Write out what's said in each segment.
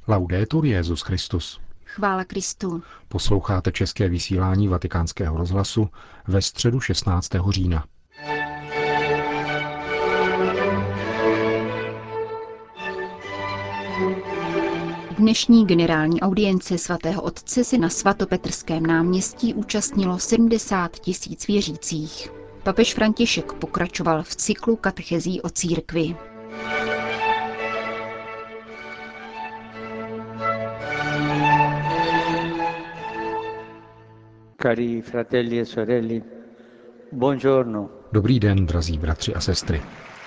Laudetur Jesus Christus. Chvála Kristu. Posloucháte české vysílání Vatikánského rozhlasu ve středu 16. října. Dnešní generální audience svatého otce se na svatopetrském náměstí účastnilo 70 000 věřících. Papež František pokračoval v cyklu katechezí o církvi. Cari fratelli e sorelle, buongiorno. Dobrý den, drazí bratři a sestry.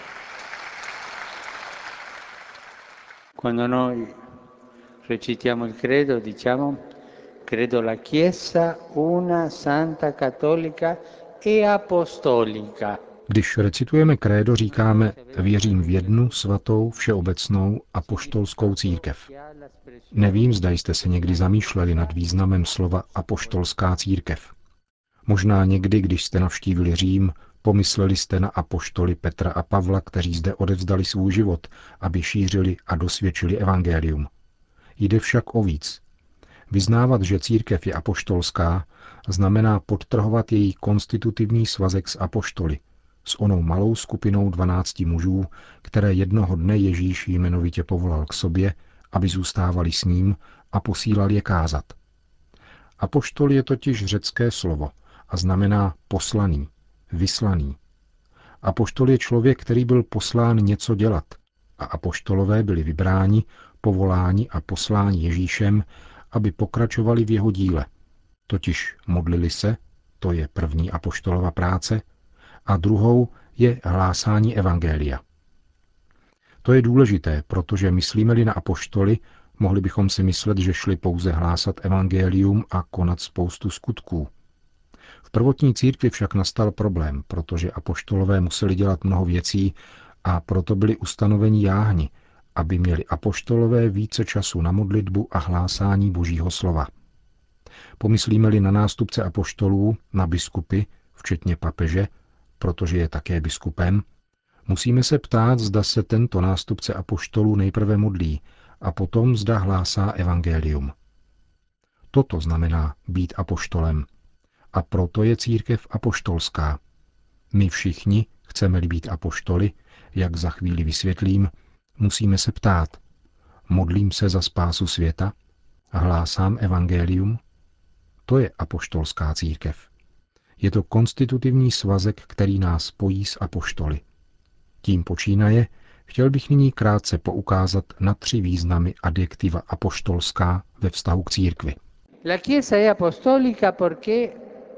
Quando noi recitiamo il credo, diciamo credo la Chiesa una santa cattolica e apostolica. Když recitujeme krédo, říkáme věřím v jednu svatou, všeobecnou apoštolskou církev. Nevím, zda jste se někdy zamýšleli nad významem slova apoštolská církev. Možná někdy, když jste navštívili Řím, pomysleli jste na apoštoly Petra a Pavla, kteří zde odevzdali svůj život, aby šířili a dosvědčili evangelium. Jde však o víc. Vyznávat, že církev je apoštolská, znamená podtrhovat její konstitutivní svazek s apoštoly, s onou malou skupinou 12 mužů, které jednoho dne Ježíš jmenovitě povolal k sobě, aby zůstávali s ním a posílal je kázat. Apoštol je totiž řecké slovo a znamená poslaný, vyslaný. Apoštol je člověk, který byl poslán něco dělat, a apoštolové byli vybráni, povoláni a posláni Ježíšem, aby pokračovali v jeho díle. Totiž modlili se, to je první apoštolova práce, a druhou je hlásání evangelia. To je důležité, protože myslíme-li na apoštoly, mohli bychom si myslet, že šli pouze hlásat evangelium a konat spoustu skutků. V prvotní církvi však nastal problém, protože apoštolové museli dělat mnoho věcí a proto byli ustanoveni jáhni, aby měli apoštolové více času na modlitbu a hlásání Božího slova. Pomyslíme-li na nástupce apoštolů, na biskupy, včetně papeže, protože je také biskupem, musíme se ptát, zda se tento nástupce apoštolů nejprve modlí a potom zda hlásá evangelium. Toto znamená být apoštolem. A proto je církev apoštolská. My všichni, chceme-li být apoštoly, jak za chvíli vysvětlím, musíme se ptát, modlím se za spásu světa a hlásám evangelium? To je apoštolská církev. Je to konstitutivní svazek, který nás spojí s apoštoly. Tím počínaje chtěl bych nyní krátce poukázat na 3 významy adjektiva apoštolská ve vztahu k církvi. La Chiesa è apostolica perché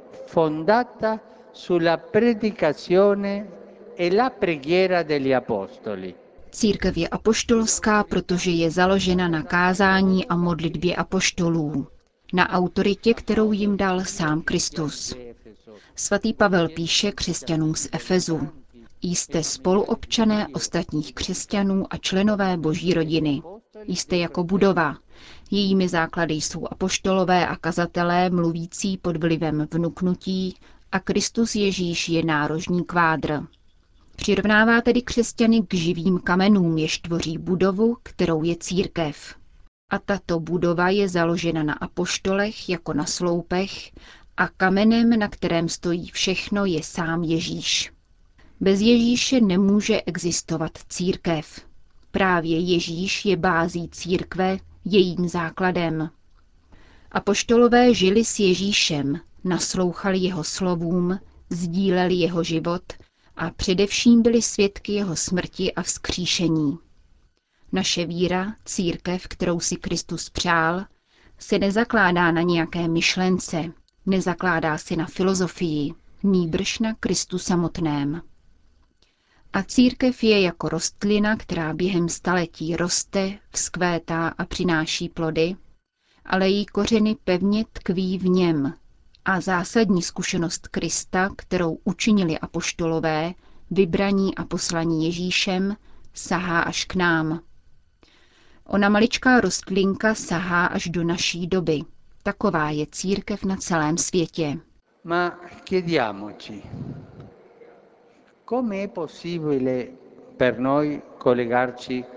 fondata sulla predicazione e la preghiera degli apostoli. Církev je apoštolská, protože je založena na kázání a modlitbě apoštolů, na autoritě, kterou jim dal sám Kristus. Svatý Pavel píše křesťanům z Efezu: Jste spoluobčané ostatních křesťanů a členové Boží rodiny. Jste jako budova. Jejími základy jsou apoštolové a kazatelé mluvící pod vlivem vnuknutí a Kristus Ježíš je nárožní kvádr. Přirovnává tedy křesťany k živým kamenům, jež tvoří budovu, kterou je církev. A tato budova je založena na apoštolech jako na sloupech a kamenem, na kterém stojí všechno, je sám Ježíš. Bez Ježíše nemůže existovat církev. Právě Ježíš je bází církve, jejím základem. Apoštolové žili s Ježíšem, naslouchali jeho slovům, sdíleli jeho život a především byli svědky jeho smrti a vzkříšení. Naše víra, církev, kterou si Kristus přál, se nezakládá na nějaké myšlence, nezakládá se na filozofii, nýbrž na Kristu samotném. A církev je jako rostlina, která během staletí roste, vzkvétá a přináší plody, ale její kořeny pevně tkví v něm. A zásadní zkušenost Krista, kterou učinili apoštolové, vybraní a poslaní Ježíšem, sahá až k nám. Ona maličká rostlinka sahá až do naší doby. Taková je církev na celém světě. Ma chiediamoci, come è possibile per noi collegarci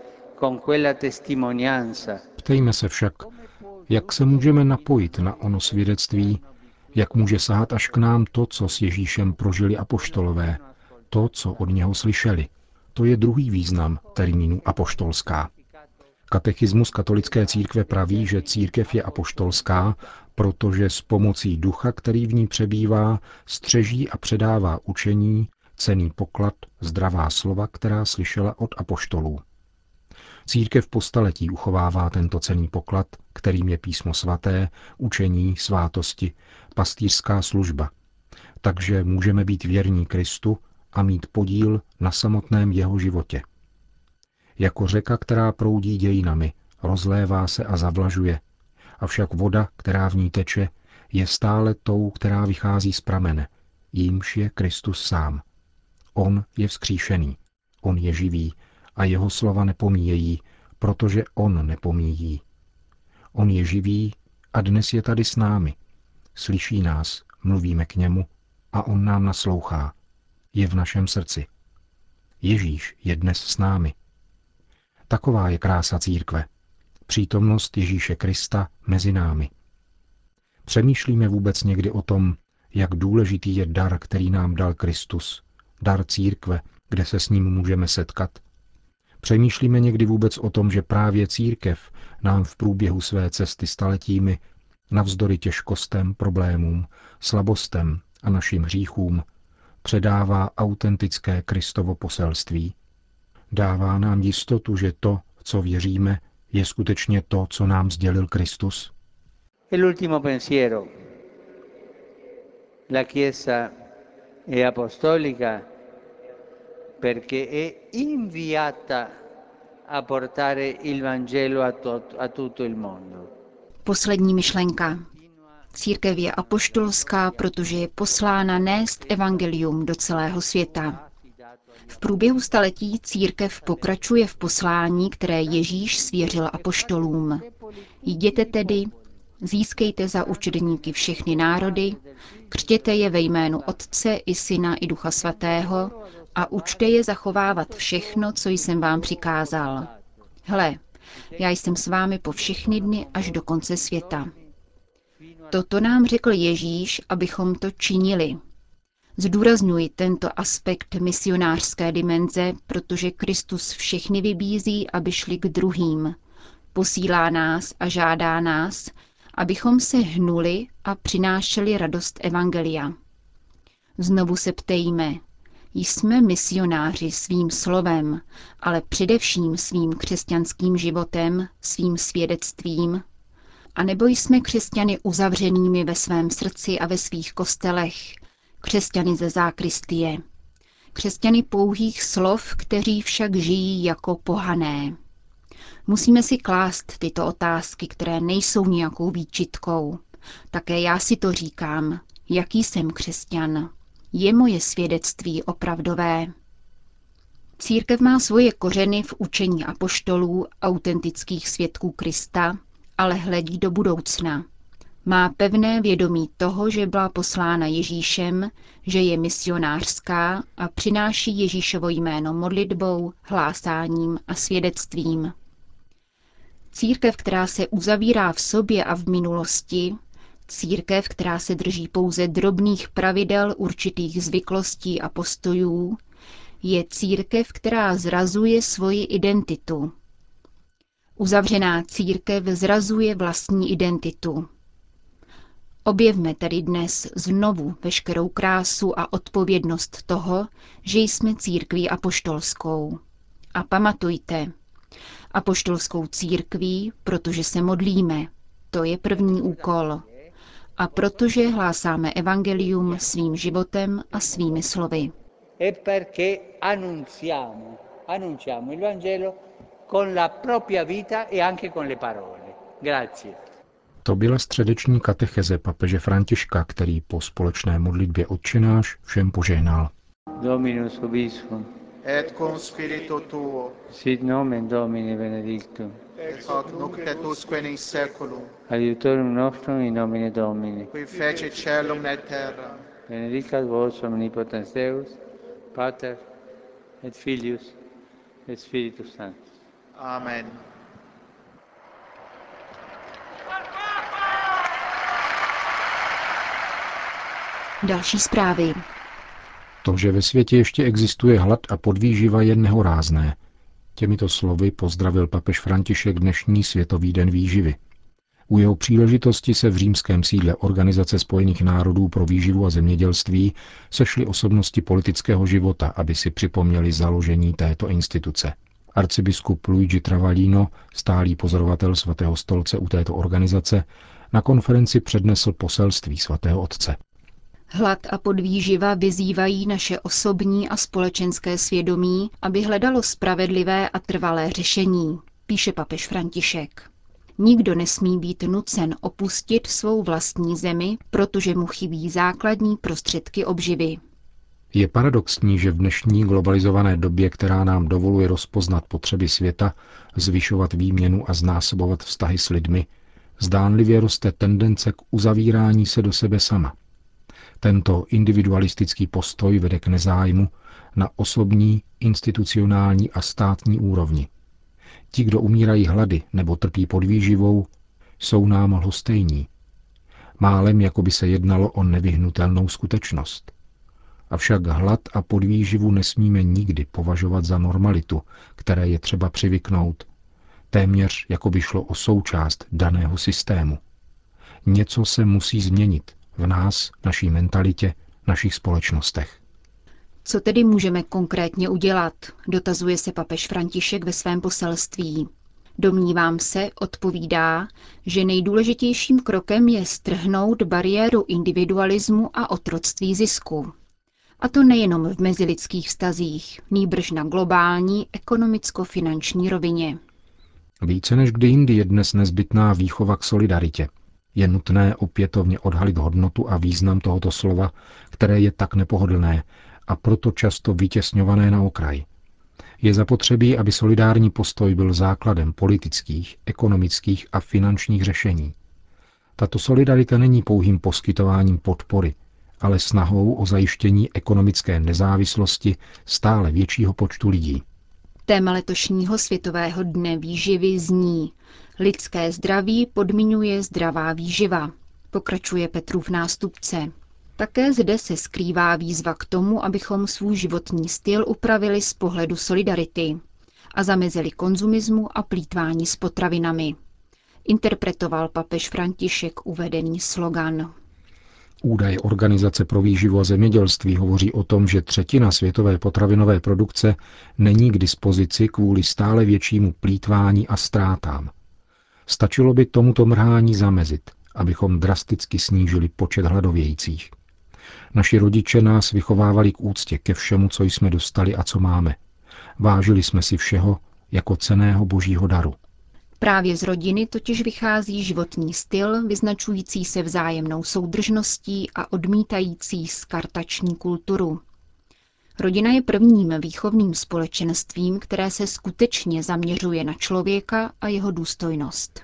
con quella testimonianza. Ptejme se však, jak se můžeme napojit na ono svědectví, jak může sahat až k nám to, co s Ježíšem prožili apoštolové, to, co od něho slyšeli. To je druhý význam termínu apoštolská. Katechismus katolické církve praví, že církev je apoštolská, protože s pomocí ducha, který v ní přebývá, střeží a předává učení, cenný poklad, zdravá slova, která slyšela od apoštolů. Církev po staletí uchovává tento cenný poklad, kterým je písmo svaté, učení, svátosti, pastýřská služba. Takže můžeme být věrní Kristu a mít podíl na samotném jeho životě. Jako řeka, která proudí dějinami, rozlévá se a zavlažuje, avšak voda, která v ní teče, je stále tou, která vychází z pramene, jímž je Kristus sám. On je vzkříšený, on je živý a jeho slova nepomíjejí, protože on nepomíjí. On je živý a dnes je tady s námi. Slyší nás, mluvíme k němu a on nám naslouchá. Je v našem srdci. Ježíš je dnes s námi. Taková je krása církve. Přítomnost Ježíše Krista mezi námi. Přemýšlíme vůbec někdy o tom, jak důležitý je dar, který nám dal Kristus, dar církve, kde se s ním můžeme setkat. Přemýšlíme někdy vůbec o tom, že právě církev nám v průběhu své cesty staletími, navzdory těžkostem, problémům, slabostem a našim hříchům, předává autentické Kristovo poselství. Dává nám jistotu, že to, co věříme, je skutečně to, co nám sdělil Kristus. L'ultimo pensiero. La Chiesa è apostolica perché è inviata a portare il Vangelo a tutto il mondo. Poslední myšlenka. Církev je apoštolská, protože je poslána nést evangelium do celého světa. V průběhu staletí církev pokračuje v poslání, které Ježíš svěřil apoštolům. Jděte tedy, získejte za učedníky všechny národy, křtěte je ve jménu Otce i Syna i Ducha Svatého a učte je zachovávat všechno, co jsem vám přikázal. Hle, já jsem s vámi po všechny dny až do konce světa. Toto nám řekl Ježíš, abychom to činili. Zdůrazňuji tento aspekt misionářské dimenze, protože Kristus všechny vybízí, aby šli k druhým. Posílá nás a žádá nás, abychom se hnuli a přinášeli radost evangelia. Znovu se ptejme, jsme misionáři svým slovem, ale především svým křesťanským životem, svým svědectvím, anebo jsme křesťany uzavřenými ve svém srdci a ve svých kostelech, křesťany ze zákristie, křesťany pouhých slov, kteří však žijí jako pohané. Musíme si klást tyto otázky, které nejsou nějakou výčitkou. Také já si to říkám, jaký jsem křesťan. Je moje svědectví opravdové? Církev má svoje kořeny v učení apoštolů, autentických svědků Krista, ale hledí do budoucna. Má pevné vědomí toho, že byla poslána Ježíšem, že je misionářská a přináší Ježíšovo jméno modlitbou, hlásáním a svědectvím. Církev, která se uzavírá v sobě a v minulosti, církev, která se drží pouze drobných pravidel určitých zvyklostí a postojů, je církev, která zrazuje svoji identitu. Uzavřená církev zrazuje vlastní identitu. Objevme tedy dnes znovu veškerou krásu a odpovědnost toho, že jsme církví apoštolskou. A pamatujte, apoštolskou církví, protože se modlíme, to je první úkol. A protože hlásáme evangelium svým životem a svými slovy. E perché annunciamo il Vangelo con la propria vita e anche con le parole. Grazie. To byla středeční katecheze papeže Františka, který po společné modlitbě Otčenáš všem požehnal. Dominus vobiscum. Et cum spiritu tuo, Sit nomen Domini benedictum. et hoc nunc et usque in seculum, Aiutorium nostrum in nomine Domini. qui fece caelum et terra. Benedicat vos omnipotens Deus, Pater et Filius et Spiritus Sanctus. Amen. Další zprávy. To, že ve světě ještě existuje hlad a podvýživa, je nehorázné. Těmito slovy pozdravil papež František dnešní Světový den výživy. U jeho příležitosti se v římském sídle Organizace spojených národů pro výživu a zemědělství sešly osobnosti politického života, aby si připomněli založení této instituce. Arcibiskup Luigi Travaglino, stálý pozorovatel Svatého stolce u této organizace, na konferenci přednesl poselství Svatého otce. Hlad a podvýživa vyzývají naše osobní a společenské svědomí, aby hledalo spravedlivé a trvalé řešení, píše papež František. Nikdo nesmí být nucen opustit svou vlastní zemi, protože mu chybí základní prostředky obživy. Je paradoxní, že v dnešní globalizované době, která nám dovoluje rozpoznat potřeby světa, zvyšovat výměnu a znásobovat vztahy s lidmi, zdánlivě roste tendence k uzavírání se do sebe sama. Tento individualistický postoj vede k nezájmu na osobní, institucionální a státní úrovni. Ti, kdo umírají hlady nebo trpí podvýživou, jsou nám lhostejní. Málem jako by se jednalo o nevyhnutelnou skutečnost. Avšak hlad a podvýživu nesmíme nikdy považovat za normalitu, které je třeba přivyknout, téměř jako by šlo o součást daného systému. Něco se musí změnit v nás, naší mentalitě, našich společnostech. Co tedy můžeme konkrétně udělat, dotazuje se papež František ve svém poselství. Domnívám se, odpovídá, že nejdůležitějším krokem je strhnout bariéru individualismu a otroctví zisku. A to nejenom v mezilidských vztazích, nýbrž na globální ekonomicko-finanční rovině. Více než kdy jindy je dnes nezbytná výchova k solidaritě. Je nutné opětovně odhalit hodnotu a význam tohoto slova, které je tak nepohodlné a proto často vytěsňované na okraj. Je zapotřebí, aby solidární postoj byl základem politických, ekonomických a finančních řešení. Tato solidarita není pouhým poskytováním podpory, ale snahou o zajištění ekonomické nezávislosti stále většího počtu lidí. Téma letošního Světového dne výživy zní: lidské zdraví podmiňuje zdravá výživa, pokračuje Petrův nástupce. Také zde se skrývá výzva k tomu, abychom svůj životní styl upravili z pohledu solidarity a zamezili konzumismu a plýtvání s potravinami. Interpretoval papež František uvedený slogan. Údaje Organizace pro výživu a zemědělství hovoří o tom, že třetina světové potravinové produkce není k dispozici kvůli stále většímu plýtvání a ztrátám. Stačilo by tomuto mrhání zamezit, abychom drasticky snížili počet hladovějících. Naši rodiče nás vychovávali k úctě ke všemu, co jsme dostali a co máme. Vážili jsme si všeho jako cenného božího daru. Právě z rodiny totiž vychází životní styl, vyznačující se vzájemnou soudržností a odmítající skartační kulturu. Rodina je prvním výchovným společenstvím, které se skutečně zaměřuje na člověka a jeho důstojnost.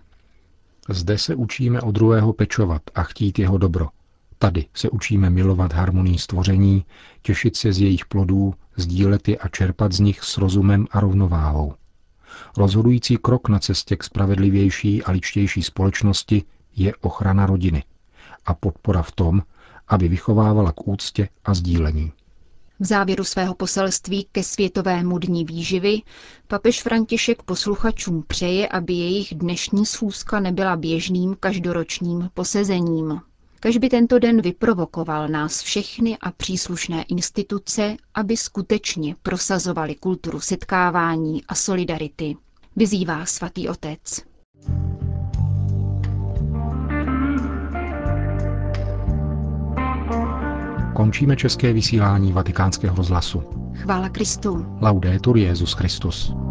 Zde se učíme o druhého pečovat a chtít jeho dobro. Tady se učíme milovat harmonii stvoření, těšit se z jejich plodů, sdílet je a čerpat z nich s rozumem a rovnováhou. Rozhodující krok na cestě k spravedlivější a lidštější společnosti je ochrana rodiny a podpora v tom, aby vychovávala k úctě a sdílení. V závěru svého poselství ke Světovému dni výživy papež František posluchačům přeje, aby jejich dnešní schůzka nebyla běžným každoročním posezením. Kéž by tento den vyprovokoval nás všechny a příslušné instituce, aby skutečně prosazovali kulturu setkávání a solidarity, vyzývá svatý otec. Končíme české vysílání Vatikánského rozhlasu. Chvála Kristu. Laudetur Jesus Christus.